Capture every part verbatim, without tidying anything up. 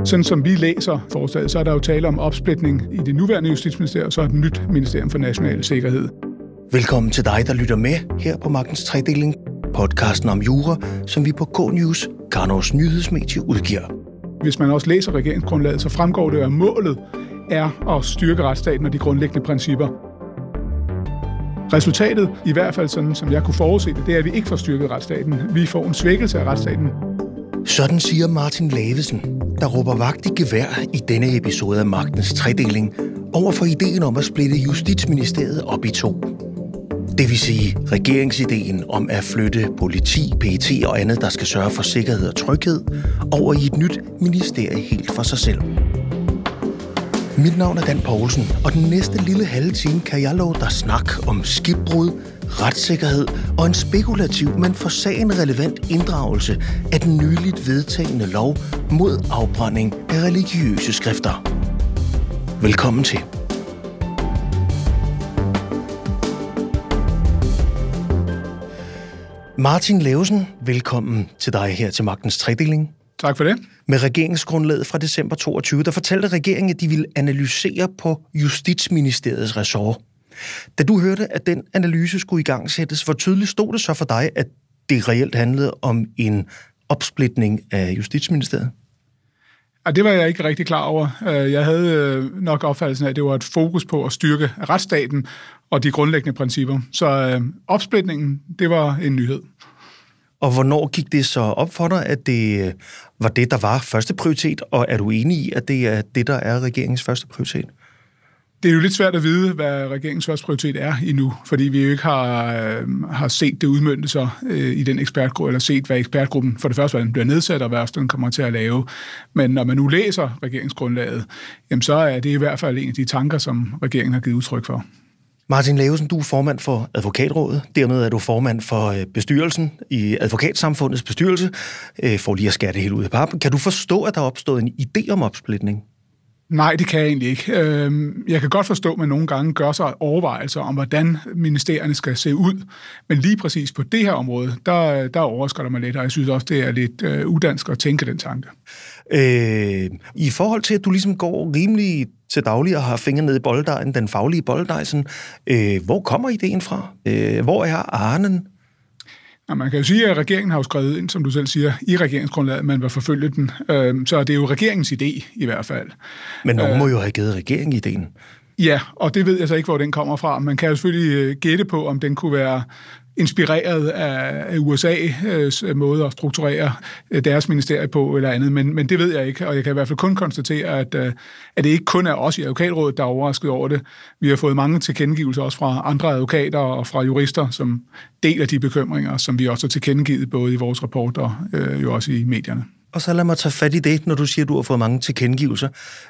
Sådan som vi læser forslaget, så er der jo tale om opsplitning i det nuværende Justitsministerium, og så et nyt Ministerium for National Sikkerhed. Velkommen til dig, der lytter med her på Magtens Tredeling, podcasten om jura, som vi på K-News, Karnovs nyhedsmedie, udgiver. Hvis man også læser regeringsgrundlaget, så fremgår det, at målet er at styrke retsstaten og de grundlæggende principper. Resultatet, i hvert fald sådan, som jeg kunne forudse det, det er, at vi ikke får styrket retsstaten. Vi får en svækkelse af retsstaten. Sådan siger Martin Lavesen, der råber vagt i gevær i denne episode af Magtens Tredeling over for ideen om at splitte Justitsministeriet op i to. Det vil sige regeringsideen om at flytte politi, P E T og andet, der skal sørge for sikkerhed og tryghed, over i et nyt ministerie helt for sig selv. Mit navn er Dan Poulsen, og den næste lille halve time kan jeg love dig snak om skibbrud, retssikkerhed og en spekulativ, men for sagen relevant inddragelse af den nyligt vedtagne lov mod afbrænding af religiøse skrifter. Velkommen til. Martin Lavesen, velkommen til dig her til Magtens Tredeling. Tak for det. Med regeringsgrundlaget fra december toogtyve, der fortalte regeringen, at de ville analysere på Justitsministeriets ressort. Da du hørte, at den analyse skulle igangsættes, hvor tydeligt stod det så for dig, at det reelt handlede om en opsplitning af Justitsministeriet? Ja, det var jeg ikke rigtig klar over. Jeg havde nok opfattelsen af, at det var et fokus på at styrke retsstaten og de grundlæggende principper. Så opsplitningen, det var en nyhed. Og hvornår gik det så op for dig, at det var det, der var første prioritet, og er du enig i, at det er det, der er regeringens første prioritet? Det er jo lidt svært at vide, hvad regeringens første prioritet er endnu, fordi vi jo ikke har, øh, har set det udmønte sig øh, i den ekspertgruppe, eller set, hvad ekspertgruppen for det første, hvad den bliver nedsat, og hvad den kommer til at lave. Men når man nu læser regeringsgrundlaget, jamen, så er det i hvert fald en af de tanker, som regeringen har givet udtryk for. Martin Lavesen, du er formand for Advokatrådet. Dermed er du formand for bestyrelsen i Advokatsamfundets bestyrelse. For lige at skære det helt ud af pappen. Kan du forstå, at der er opstået en idé om opsplitning? Nej, det kan jeg egentlig ikke. Jeg kan godt forstå, at man nogle gange gør sig overvejelser om, hvordan ministerierne skal se ud. Men lige præcis på det her område, der, der overrasker det mig lidt, og jeg synes også, det er lidt uh, udansk at tænke den tanke. Øh, I forhold til, at du ligesom går rimelig til daglig og har fingre nede i bolddejen, den faglige bolddej, sådan, øh, hvor kommer ideen fra? Øh, hvor er Arnen? Ja, man kan jo sige, at regeringen har jo skrevet ind, som du selv siger, i regeringsgrundlaget, at man vil forfølge den. Så det er jo regeringens idé i hvert fald. Men nogen må jo have givet regeringen ideen. Ja, og det ved jeg så ikke, hvor den kommer fra. Man kan jo selvfølgelig gætte på, om den kunne være inspireret af U S A's måde at strukturere deres ministerie på eller andet, men, men det ved jeg ikke, og jeg kan i hvert fald kun konstatere, at, at det ikke kun er os i Advokatrådet, der er overrasket over det. Vi har fået mange tilkendegivelser også fra andre advokater og fra jurister, som deler de bekymringer, som vi også har tilkendegivet både i vores rapport og øh, jo også i medierne. Og så lad mig tage fat i det, når du siger, at du har fået mange tilkendegivelser.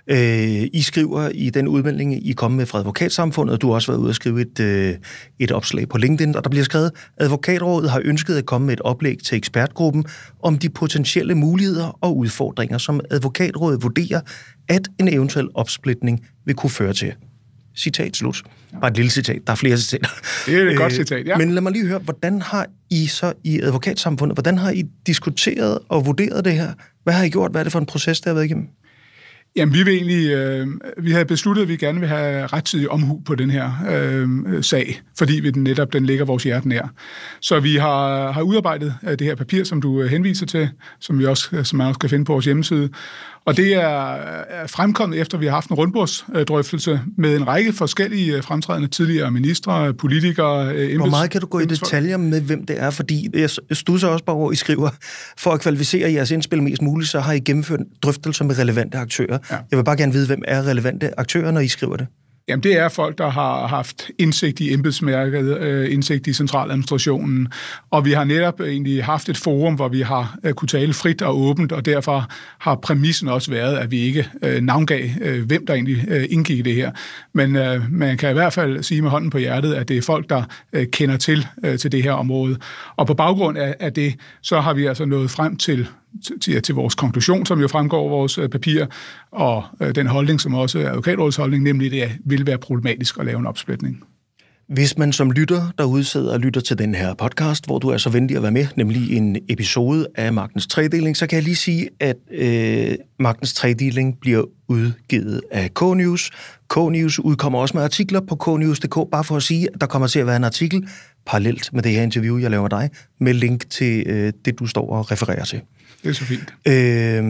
Øh, I skriver i den udmelding, I kom med fra Advokatsamfundet, og du har også været ude at skrive et, øh, et opslag på LinkedIn, og der bliver skrevet, at Advokatrådet har ønsket at komme med et oplæg til ekspertgruppen om de potentielle muligheder og udfordringer, som Advokatrådet vurderer, at en eventuel opsplitning vil kunne føre til. Citat slut. Bare et lille citat. Der er flere citater. Det er et godt citat, ja. Men lad mig lige høre, hvordan har I så i Advokatsamfundet, hvordan har I diskuteret og vurderet det her? Hvad har I gjort? Hvad er det for en proces, der har været igennem? Jamen, vi vil egentlig, øh, vi havde besluttet, at vi gerne vil have rettidig omhu på den her øh, sag, fordi vi den netop den ligger vores hjerte nær. Så vi har, har udarbejdet det her papir, som du henviser til, som vi også, som man også kan finde på vores hjemmeside. Og det er fremkommet efter, at vi har haft en rundbordsdrøftelse med en række forskellige fremtrædende tidligere ministre, politikere. Embeds- Hvor meget kan du gå i detaljer med, hvem det er? Fordi jeg studser også bare over, I skriver, for at kvalificere jeres indspil mest muligt, så har I gennemført drøftelser med relevante aktører. Ja. Jeg vil bare gerne vide, hvem er relevante aktører, når I skriver det? Jamen, det er folk, der har haft indsigt i embedsmærket, øh, indsigt i centraladministrationen, og vi har netop egentlig haft et forum, hvor vi har øh, kunne tale frit og åbent, og derfor har præmissen også været, at vi ikke øh, navngav, øh, hvem der egentlig øh, indgik i det her. Men øh, man kan i hvert fald sige med hånden på hjertet, at det er folk, der øh, kender til, øh, til det her område. Og på baggrund af, af det, så har vi altså nået frem til Til, til vores konklusion, som jo fremgår af vores øh, papir, og øh, den holdning, som også er Advokatrådets holdning, nemlig det vil være problematisk at lave en opsplitning. Hvis man som lytter derude sidder og lytter til den her podcast, hvor du er så venlig at være med, nemlig en episode af Magtens Tredeling, så kan jeg lige sige, at øh, Magtens Tredeling bliver udgivet af K-News. K-News udkommer også med artikler på k news punktum d k, bare for at sige, at der kommer til at være en artikel parallelt med det her interview, jeg laver med dig, med link til øh, det, du står og refererer til. Det er så fint. Øh,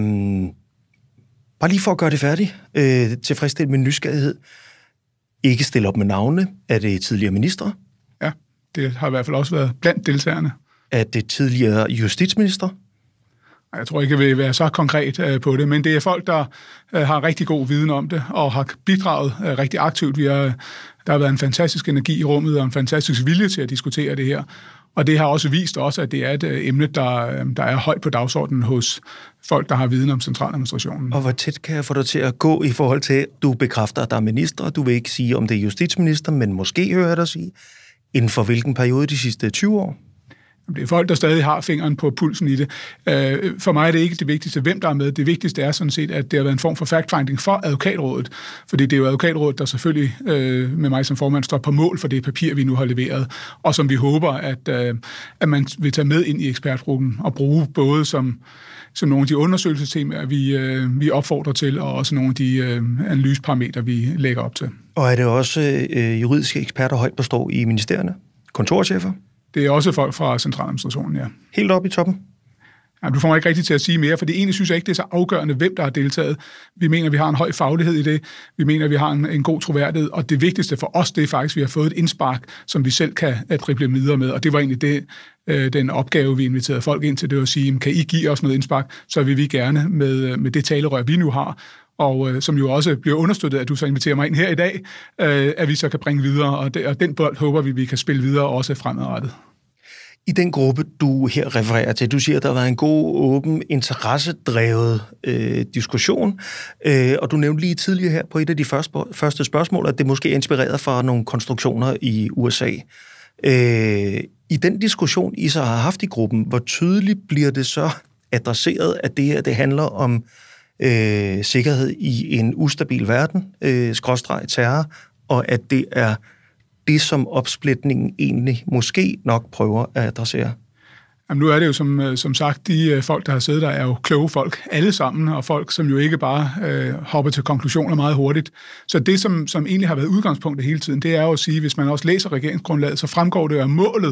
bare lige for at gøre det færdigt, øh, tilfredsstillet med nysgerrighed. Ikke stille op med navne. Er det tidligere minister? Ja, det har i hvert fald også været blandt deltagerne. Er det tidligere justitsminister? Jeg tror ikke, jeg vil være så konkret øh, på det, men det er folk, der øh, har rigtig god viden om det, og har bidraget øh, rigtig aktivt. Vi har, der har været en fantastisk energi i rummet, og en fantastisk vilje til at diskutere det her. Og det har også vist også, at det er et øh, emne, der, øh, der er højt på dagsordenen hos folk, der har viden om centraladministrationen. Og hvor tæt kan jeg få dig til at gå i forhold til, at du bekræfter, at der er minister, du vil ikke sige, om det er justitsminister, men måske hører jeg dig sige, inden for hvilken periode de sidste tyve år? Det er folk, der stadig har fingeren på pulsen i det. For mig er det ikke det vigtigste, hvem der er med. Det vigtigste er sådan set, at det har været en form for fact-finding for advokatrådet. Fordi det er jo advokatrådet, der selvfølgelig med mig som formand står på mål for det papir, vi nu har leveret. Og som vi håber, at, at man vil tage med ind i ekspertgruppen og bruge både som, som nogle af de undersøgelsestemaer, vi, vi opfordrer til, og også nogle af de analyseparametre, vi lægger op til. Og er det også øh, juridiske eksperter højt består i ministerierne? Kontorchefer? Det er også folk fra centraladministrationen, ja. Helt oppe i toppen? Ja, du får mig ikke rigtig til at sige mere, for det egentlig synes jeg ikke, det er så afgørende, hvem der har deltaget. Vi mener, vi har en høj faglighed i det. Vi mener, vi har en, en god troværdighed. Og det vigtigste for os, det er faktisk, at vi har fået et indspark, som vi selv kan drible videre med. Og det var egentlig det, øh, den opgave, vi inviterede folk ind til, det var at sige, kan I give os noget indspark, så vil vi gerne med, med det talerør, vi nu har, og øh, som jo også bliver understøttet, at du så inviterer mig ind her i dag, øh, at vi så kan bringe videre, og, det, og den bold håber vi, vi kan spille videre også fremadrettet. I den gruppe, du her refererer til, du siger, at der var en god, åben, interessedrevet øh, diskussion, øh, og du nævnte lige tidligere her på et af de første, første spørgsmål, at det måske er inspireret fra nogle konstruktioner i U S A. Øh, I den diskussion, I så har haft i gruppen, hvor tydeligt bliver det så adresseret, at det her det handler om øh, sikkerhed i en ustabil verden, øh, skråstreg terror, og at det er det, som opsplitningen egentlig måske nok prøver at adressere? Jamen, nu er det jo som, som sagt, de folk, der har siddet der, er jo kloge folk alle sammen, og folk, som jo ikke bare øh, hopper til konklusioner meget hurtigt. Så det, som, som egentlig har været udgangspunktet hele tiden, det er jo at sige, hvis man også læser regeringsgrundlaget, så fremgår det jo, at målet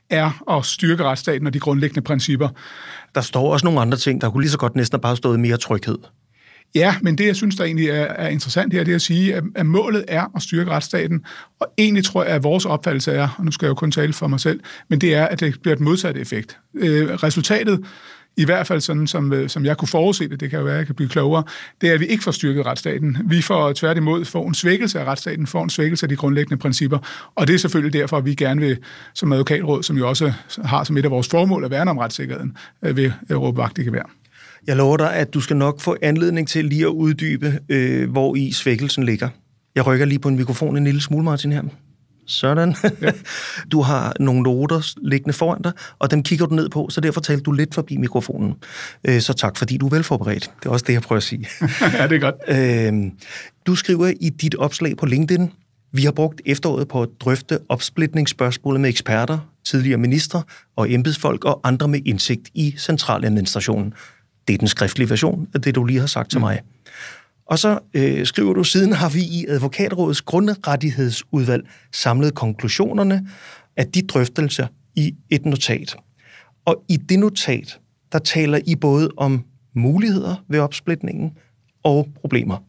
er at styrke retsstaten og de grundlæggende principper. Der står også nogle andre ting, der kunne lige så godt næsten bare stået mere tryghed. Ja, men det, jeg synes, der egentlig er, er interessant her, det er at sige, at, at målet er at styrke retsstaten, og egentlig tror jeg, at vores opfattelse er, og nu skal jeg jo kun tale for mig selv, men det er, at det bliver et modsatte effekt. Øh, resultatet, i hvert fald sådan, som, som jeg kunne forudse det, det kan jo være, at jeg kan blive klogere, det er, at vi ikke får styrket retsstaten. Vi får tværtimod får en svækkelse af retsstaten, får en svækkelse af de grundlæggende principper, og det er selvfølgelig derfor, at vi gerne vil, som advokatråd, som jo også har som et af vores formål at værne om retssikkerheden, vil råbe vagt i gevær. Jeg lover dig, at du skal nok få anledning til lige at uddybe, øh, hvor i svækkelsen ligger. Jeg rykker lige på en mikrofon en lille smule, Martin, her. Sådan. Ja. Du har nogle noter liggende foran dig, og dem kigger du ned på, så derfor taler du lidt forbi mikrofonen. Øh, så tak, fordi du er velforberedt. Det er også det, jeg prøver at sige. Ja, det er godt. Øh, du skriver i dit opslag på LinkedIn, vi har brugt efteråret på at drøfte opsplitningsspørgsmålet med eksperter, tidligere ministre og embedsfolk og andre med indsigt i centraladministrationen. Det er den skriftlige version af det, du lige har sagt til mig. Og så øh, skriver du, siden har vi i Advokatrådets grundrettighedsudvalg samlet konklusionerne af de drøftelser i et notat. Og i det notat, der taler I både om muligheder ved opsplitningen og problemer.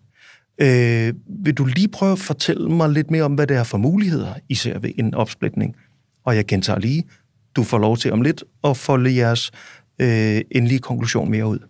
Øh, vil du lige prøve at fortælle mig lidt mere om, hvad det er for muligheder, I ser ved en opsplitning? Og jeg gentager lige, du får lov til om lidt at folde jeres øh, endelige konklusion mere ud.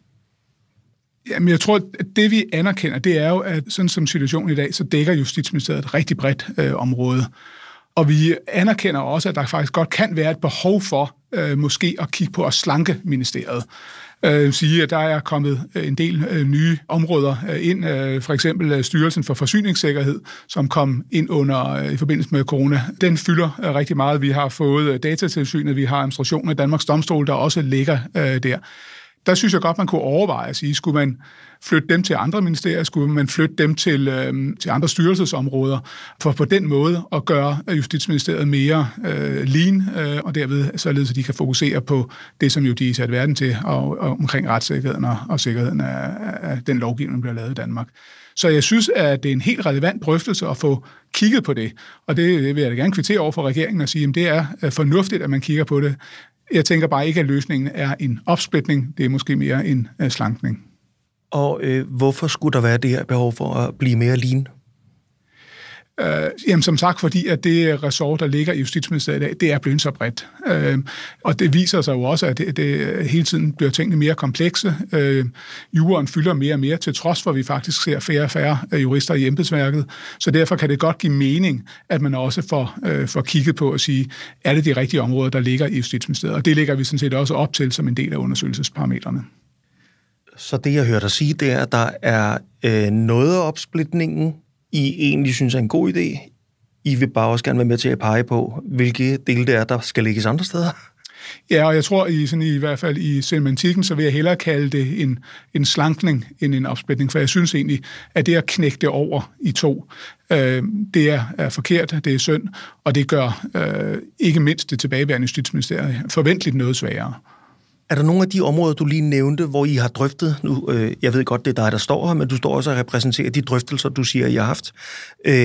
Jamen, jeg tror, at det vi anerkender, det er jo, at sådan som situationen i dag, så dækker Justitsministeriet et rigtig bredt øh, område. Og vi anerkender også, at der faktisk godt kan være et behov for øh, måske at kigge på at slanke ministeriet. Øh, sige, at der er kommet en del øh, nye områder øh, ind, øh, for eksempel øh, Styrelsen for Forsyningssikkerhed, som kom ind under øh, i forbindelse med corona. Den fylder øh, rigtig meget. Vi har fået øh, Datatilsynet, vi har administrationen af Danmarks Domstol, der også ligger øh, der. der synes jeg godt, man kunne overveje at sige, skulle man flytte dem til andre ministerier, skulle man flytte dem til, øh, til andre styrelsesområder, for på den måde at gøre Justitsministeriet mere øh, lean, øh, og derved således, at de kan fokusere på det, som jo de er sat verden til, og, og omkring retssikkerheden og, og sikkerheden af, af den lovgivning, der bliver lavet i Danmark. Så jeg synes, at det er en helt relevant drøftelse at få kigget på det, og det vil jeg da gerne kvittere over for regeringen og sige, at det er fornuftigt, at man kigger på det. Jeg tænker bare ikke, at løsningen er en opsplitning, det er måske mere en slankning. Og øh, hvorfor skulle der være det her behov for at blive mere lean? Øh, jamen som sagt, fordi at det ressort, der ligger i Justitsministeriet i dag, det er blevet så bredt. Øh, og det viser sig jo også, at det, det hele tiden bliver tingene mere komplekse. Øh, juraen fylder mere og mere, til trods for, at vi faktisk ser færre og færre jurister i embedsværket. Så derfor kan det godt give mening, at man også får, øh, får kigget på at sige, er det de rigtige områder, der ligger i Justitsministeriet? Og det lægger vi sådan set også op til som en del af undersøgelsesparametrene. Så det, jeg hørte dig sige, det er, at der er øh, noget af opsplitningen, I egentlig synes er en god idé. I vil bare også gerne være med til at pege på, hvilke dele det er, der skal lægges andre steder. Ja, og jeg tror i, sådan i, i hvert fald i semantikken, så vil jeg hellere kalde det en, en slankning end en opsplitning, for jeg synes egentlig, at det at knække det over i to, øh, det er, er forkert, det er synd, og det gør øh, ikke mindst det tilbageværende Justitsministeriet forventeligt noget sværere. Er der nogle af de områder, du lige nævnte, hvor I har drøftet, nu, øh, jeg ved godt, det er dig, der står her, men du står også og repræsenterer de drøftelser, du siger, I har haft. Øh,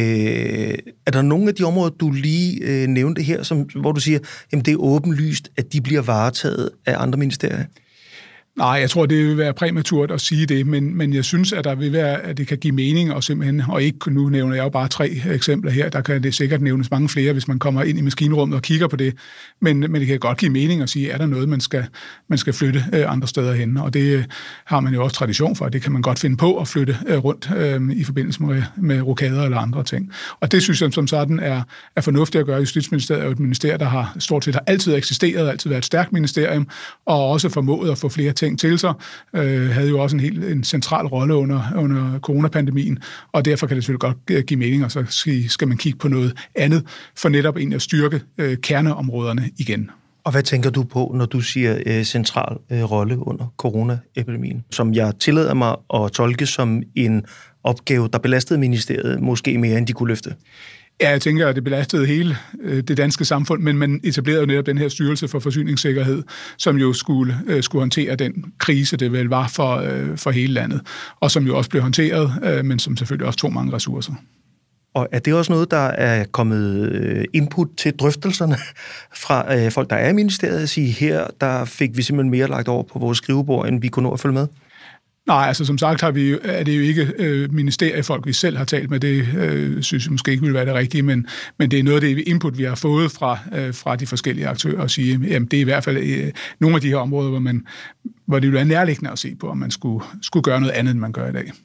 er der nogle af de områder, du lige øh, nævnte her, som, hvor du siger, jamen det er åbenlyst, at de bliver varetaget af andre ministerier? Nej, jeg tror, det vil være præmaturt at sige det, men, men jeg synes, at der vil være, at det kan give mening, og simpelthen, og ikke nu nævner jeg jo bare tre eksempler her, der kan det sikkert nævnes mange flere, hvis man kommer ind i maskinrummet og kigger på det, men, men det kan godt give mening at sige, er der noget, man skal, man skal flytte øh, andre steder hen, og det har man jo også tradition for, det kan man godt finde på at flytte øh, rundt øh, i forbindelse med, med rokader eller andre ting. Og det synes jeg som sådan er, er fornuftigt at gøre. Justitsministeriet er jo et ministerium, der har stort set har altid eksisteret, altid været et stærkt ministerium, og også formået at få flere ting til sig, øh, havde jo også en helt en central rolle under, under coronapandemien, og derfor kan det selvfølgelig godt give mening, og så skal man kigge på noget andet, for netop egentlig at styrke øh, kerneområderne igen. Og hvad tænker du på, når du siger øh, central øh, rolle under coronaepidemien, som jeg tillader mig at tolke som en opgave, der belastede ministeriet måske mere, end de kunne løfte? Ja, jeg tænker, at det belastede hele øh, det danske samfund, men man etablerede jo netop den her styrelse for forsyningssikkerhed, som jo skulle, øh, skulle håndtere den krise, det vel var for, øh, for hele landet, og som jo også blev håndteret, øh, men som selvfølgelig også tog mange ressourcer. Og er det også noget, der er kommet input til drøftelserne fra øh, folk, der er i ministeriet, at sige, her der fik vi simpelthen mere lagt over på vores skrivebord, end vi kunne nå at følge med? Nej, altså som sagt har vi, er det jo ikke øh, ministeriefolk, vi selv har talt med. Det øh, synes jeg måske ikke ville være det rigtige, men, men det er noget af det input, vi har fået fra, øh, fra de forskellige aktører at sige, jamen det er i hvert fald øh, nogle af de her områder, hvor, man, hvor det ville være nærliggende at se på, om man skulle, skulle gøre noget andet, end man gør i dag.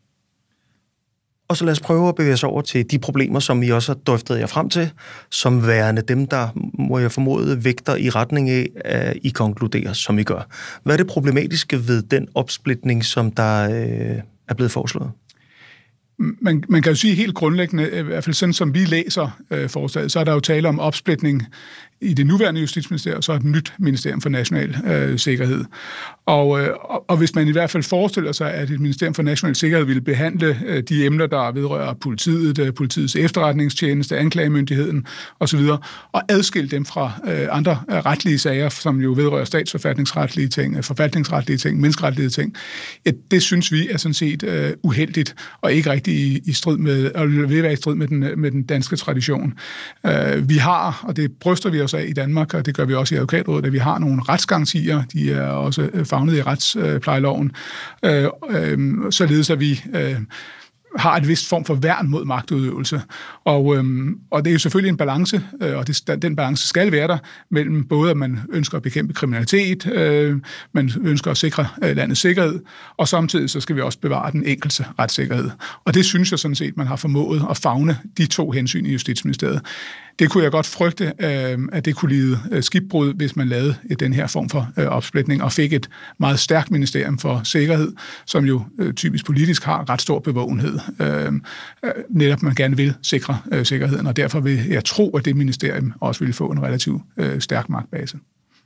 Og så lad os prøve at bevæge os over til de problemer, som I også har drøftet jer frem til, som værende dem, der, må jeg formode, vægter i retning af, at I konkluderer, som I gør. Hvad er det problematiske ved den opsplitning, som der øh, er blevet foreslået? Man, man kan jo sige helt grundlæggende, i hvert fald sådan som vi læser øh, forslaget, så er der jo tale om opsplitning i det nuværende Justitsministerium, så er et nyt ministerium for national øh, sikkerhed. Og, øh, og hvis man i hvert fald forestiller sig, at et ministerium for national sikkerhed ville behandle øh, de emner, der vedrører politiet, øh, politiets efterretningstjeneste, anklagemyndigheden osv., og adskille dem fra øh, andre øh, retlige sager, som jo vedrører statsforfatningsretlige ting, øh, forfatningsretlige ting, menneskeretlige ting, ja, det synes vi er sådan set øh, uheldigt, og ikke rigtig i, i strid med, og vil være i strid med den, med den danske tradition. Øh, vi har, og det bryster vi os af i Danmark, og det gør vi også i Advokatrådet, at vi har nogle retsgarantier, de er også favnet i retsplejeloven, øh, øh, således at vi øh, har et vist form for værn mod magtudøvelse. Og, øhm, og det er jo selvfølgelig en balance, øh, og det, den balance skal være der, mellem både, at man ønsker at bekæmpe kriminalitet, øh, man ønsker at sikre øh, landets sikkerhed, og samtidig så skal vi også bevare den enkelte retssikkerhed. Og det synes jeg sådan set, man har formået at favne de to hensyn i Justitsministeriet. Det kunne jeg godt frygte, øh, at det kunne lide øh, skibbrud, hvis man lavede øh, den her form for øh, opsplitning, og fik et meget stærkt ministerium for sikkerhed, som jo øh, typisk politisk har ret stor bevågenhed. Øh, øh, netop man gerne vil sikre øh, sikkerheden, og derfor vil jeg tro, at det ministerium også vil få en relativt øh, stærk magtbase.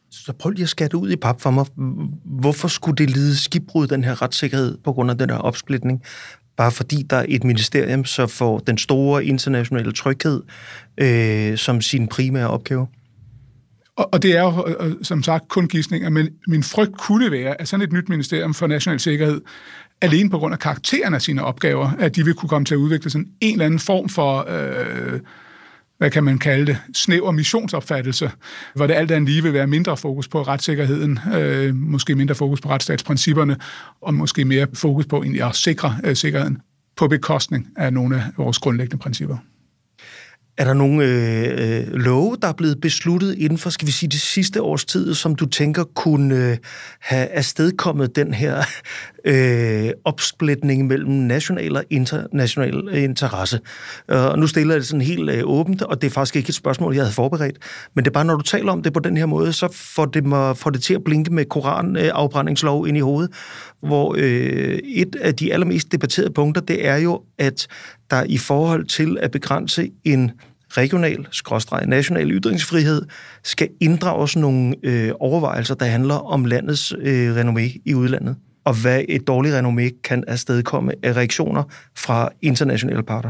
Så prøv lige at skære det ud i pap for mig. Hvorfor skulle det lide skibbrud, den her retssikkerhed, på grund af den her opsplitning? Bare fordi der er et ministerium, så får den store internationale tryghed øh, som sin primære opgave? Og, og det er jo, som sagt, kun gidsninger, men min frygt kunne være, at sådan et nyt ministerium for national sikkerhed, alene på grund af karakteren af sine opgaver, at de vil kunne komme til at udvikle sådan en eller anden form for... Øh, hvad kan man kalde det, snæver missionsopfattelse, hvor det alt andet lige vil være mindre fokus på retssikkerheden, øh, måske mindre fokus på retsstatsprincipperne, og måske mere fokus på egentlig at sikre øh, sikkerheden på bekostning af nogle af vores grundlæggende principper. Er der nogle øh, love, der er blevet besluttet inden for, skal vi sige, det sidste års tid, som du tænker kunne øh, have afstedkommet den her øh, opsplitning mellem national og international interesse? Og nu stiller jeg det sådan helt øh, åbent, og det er faktisk ikke et spørgsmål, jeg havde forberedt, men det er bare, når du taler om det på den her måde, så får det, mig, får det til at blinke med koranafbrændingslov øh, ind i hovedet, hvor øh, et af de allermest debatterede punkter, det er jo, at der i forhold til at begrænse en regional, skråstreg, national ytringsfrihed, skal inddrages nogle øh, overvejelser, der handler om landets øh, renommé i udlandet, og hvad et dårligt renommé kan afstedkomme af reaktioner fra internationale parter.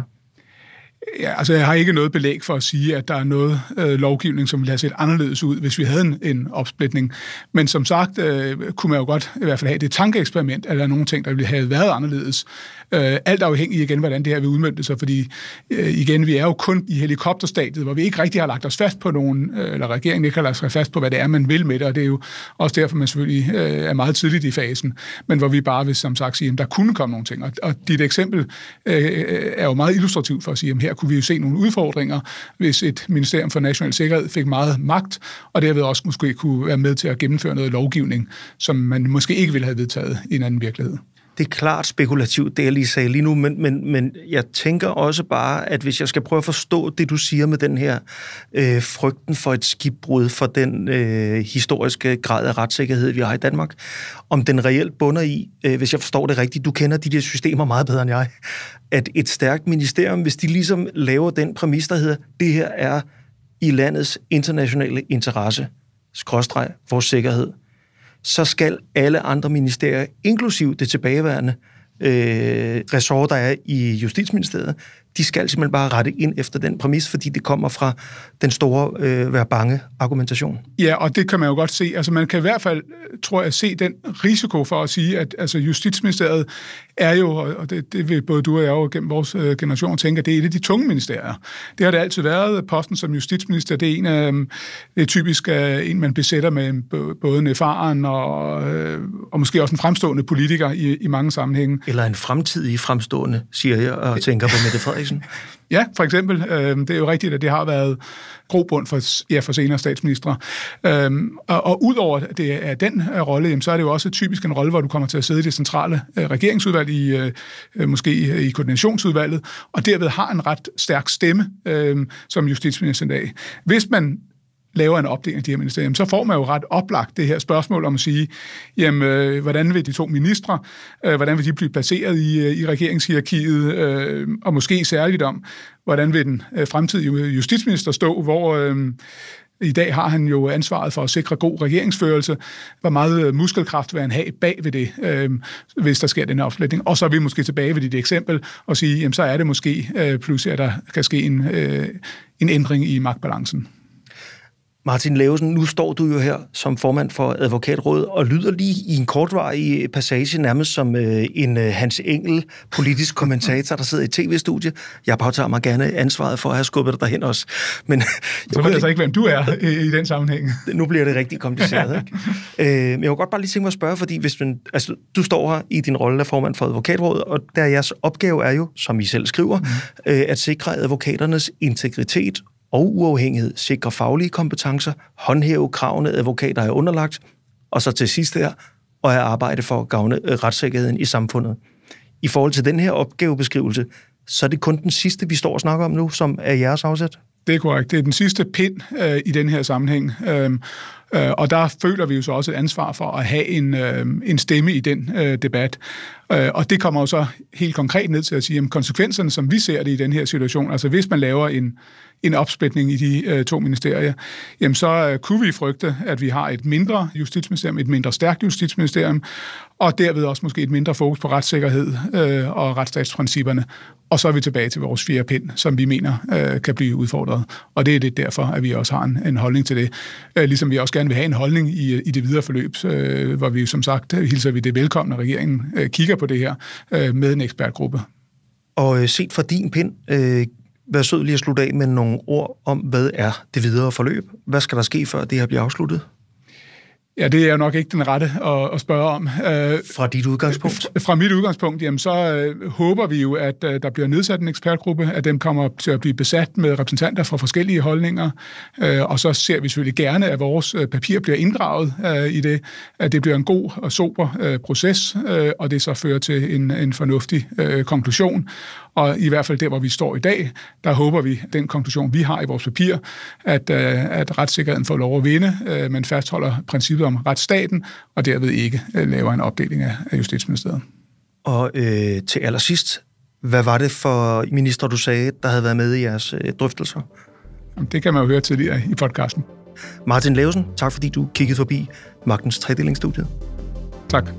Ja, altså jeg har ikke noget belæg for at sige, at der er noget øh, lovgivning, som ville have set anderledes ud, hvis vi havde en, en opsplitning. Men som sagt, øh, kunne man jo godt i hvert fald have det tankeeksperiment, at der er nogle ting, der ville have været anderledes. Øh, alt afhængig igen, hvordan det her vil udmønte sig, fordi øh, igen, vi er jo kun i helikopterstadiet, hvor vi ikke rigtig har lagt os fast på nogen, øh, eller regeringen ikke har lagt sig fast på, hvad det er, man vil med det, og det er jo også derfor, man selvfølgelig øh, er meget tidligt i fasen, men hvor vi bare vil, som sagt, sige, at der kunne komme nogle ting. Og, og dit eksempel øh, er jo meget illustrativt for at sige, at her kunne vi jo se nogle udfordringer, hvis et ministerium for national sikkerhed fik meget magt, og derved også måske kunne være med til at gennemføre noget lovgivning, som man måske ikke ville have vedtaget i en anden virkelighed. Det er klart spekulativt, det jeg lige sagde lige nu, men, men, men jeg tænker også bare, at hvis jeg skal prøve at forstå det, du siger med den her øh, frygten for et skibbrud, for den øh, historiske grad af retssikkerhed, vi har i Danmark, om den reelt bunder i, øh, hvis jeg forstår det rigtigt, du kender de der systemer meget bedre end jeg, at et stærkt ministerium, hvis de ligesom laver den præmis, der hedder, det her er i landets internationale interesse, skråstreg, vores sikkerhed, så skal alle andre ministerier, inklusiv det tilbageværende øh, ressort, der er i Justitsministeriet, de skal simpelthen bare rette ind efter den præmis, fordi det kommer fra den store øh, vær bange argumentation. Ja, og det kan man jo godt se. Altså man kan i hvert fald, tror jeg, se den risiko for at sige, at altså, Justitsministeriet er jo, og det, det vil både du og jeg jo gennem vores øh, generation tænke, at det er et af de tunge ministerier. Det har det altid været. Posten som justitsminister, det er en af, det er typisk øh, en, man besætter med både en erfaren og, øh, og måske også en fremstående politiker i, i mange sammenhænge. Eller en fremtidig fremstående, siger jeg, og tænker på Mette Frederiksen. Ja, for eksempel. Øh, det er jo rigtigt, at det har været grobund for, ja, for senere statsministre. Øh, og, og udover det er den uh, rolle, jamen, så er det jo også typisk en rolle, hvor du kommer til at sidde i det centrale uh, regeringsudvalg, i, uh, måske i, i koordinationsudvalget, og derved har en ret stærk stemme øh, som justitsminister i dag. Hvis man laver en opdeling af de her ministerier, så får man jo ret oplagt det her spørgsmål om at sige, jamen, øh, hvordan vil de to ministre, øh, hvordan vil de blive placeret i, i regeringshierarkiet, øh, og måske særligt om, hvordan vil den øh, fremtidige justitsminister stå, hvor øh, i dag har han jo ansvaret for at sikre god regeringsførelse, hvor meget muskelkraft vil han have bag ved det, øh, hvis der sker den her opsplitning. Og så er vi måske tilbage ved dit eksempel og sige, jamen, så er det måske øh, pludselig, at der kan ske en, øh, en ændring i magtbalancen. Martin Lavesen, nu står du jo her som formand for Advokatrådet og lyder lige i en kortvarig passage nærmest som øh, en øh, Hans Engel politisk kommentator, der sidder i tv-studie. Jeg påtager mig gerne ansvaret for at have skubbet dig derhen også. Men, så ved jeg så ikke, hvem du er i, i den sammenhæng. Nu bliver det rigtig kompliceret, ikke? øh, men jeg vil godt bare lige tænke mig at spørge, fordi hvis man, altså, du står her i din rolle af formand for Advokatrådet, og der jeres opgave er jo, som I selv skriver, mm. øh, at sikre advokaternes integritet og uafhængighed, sikre faglige kompetencer, håndhæve kravene, advokater er underlagt, og så til sidst her, og at arbejde for at gavne retssikkerheden i samfundet. I forhold til den her opgavebeskrivelse, så er det kun den sidste, vi står og snakker om nu, som er jeres afsæt? Det er korrekt. Det er den sidste pind øh, i den her sammenhæng. Øhm, øh, og der føler vi jo så også et ansvar for at have en, øh, en stemme i den øh, debat. Og det kommer jo så helt konkret ned til at sige, at konsekvenserne, som vi ser det i den her situation, altså hvis man laver en, en opsplitning i de øh, to ministerier, jamen så øh, kunne vi frygte, at vi har et mindre justitsministerium, et mindre stærkt justitsministerium, og derved også måske et mindre fokus på retssikkerhed øh, og retsstatsprincipperne. Og så er vi tilbage til vores fjerde pind, som vi mener øh, kan blive udfordret. Og det er lidt derfor, at vi også har en, en holdning til det. Øh, ligesom vi også gerne vil have en holdning i, i det videre forløb, øh, hvor vi som sagt hilser vi det velkommen, at regeringen øh, kigger på det her øh, med en ekspertgruppe. Og øh, set fra din pind, øh, vær sød lige at slutte af med nogle ord om, hvad er det videre forløb? Hvad skal der ske, før det her bliver afsluttet? Ja, det er jo nok ikke den rette at, at spørge om. Fra dit udgangspunkt? Fra mit udgangspunkt, jamen så øh, håber vi jo, at øh, der bliver nedsat en ekspertgruppe, at den kommer til at blive besat med repræsentanter fra forskellige holdninger, øh, og så ser vi selvfølgelig gerne, at vores øh, papir bliver inddraget øh, i det, at det bliver en god og sober øh, proces, øh, og det så fører til en, en fornuftig øh, konklusion. Og i hvert fald der, hvor vi står i dag, der håber vi, den konklusion, vi har i vores papir, at, øh, at retssikkerheden får lov at vinde, øh, men fastholder princippet om retsstaten, og derved ikke øh, laver en opdeling af, af Justitsministeriet. Og øh, til allersidst, hvad var det for minister, du sagde, der havde været med i jeres øh, drøftelser? Det kan man jo høre tidligere i podcasten. Martin Lavesen, tak fordi du kiggede forbi Magtens Tredelingsstudiet. Tak.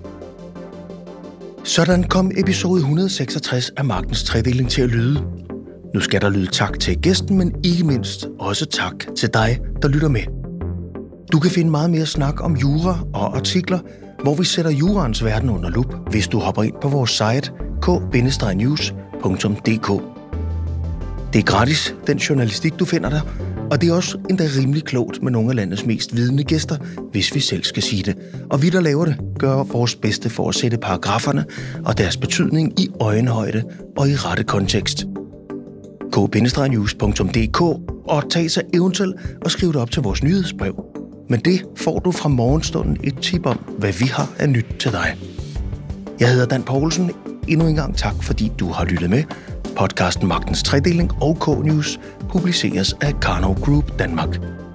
Sådan kom episode et hundrede og seksogtres af Magtens Tredeling til at lyde. Nu skal der lyde tak til gæsten, men ikke mindst også tak til dig, der lytter med. Du kan finde meget mere snak om jura og artikler, hvor vi sætter juraens verden under lup, hvis du hopper ind på vores site k bindestreg news punktum d k. Det er gratis, den journalistik, du finder der, og det er også endda rimelig klogt med nogle af landets mest vidende gæster, hvis vi selv skal sige det. Og vi, der laver det, gør vores bedste for at sætte paragraferne og deres betydning i øjenhøjde og i rette kontekst. k bindestreg news punktum d k og tag så eventuelt og skriv det op til vores nyhedsbrev. Men det får du fra morgenstunden et tip om, hvad vi har af nyt til dig. Jeg hedder Dan Poulsen. Endnu en gang tak, fordi du har lyttet med. Podcasten Magtens Tredeling og K-News publiceres af Karnov Group Danmark.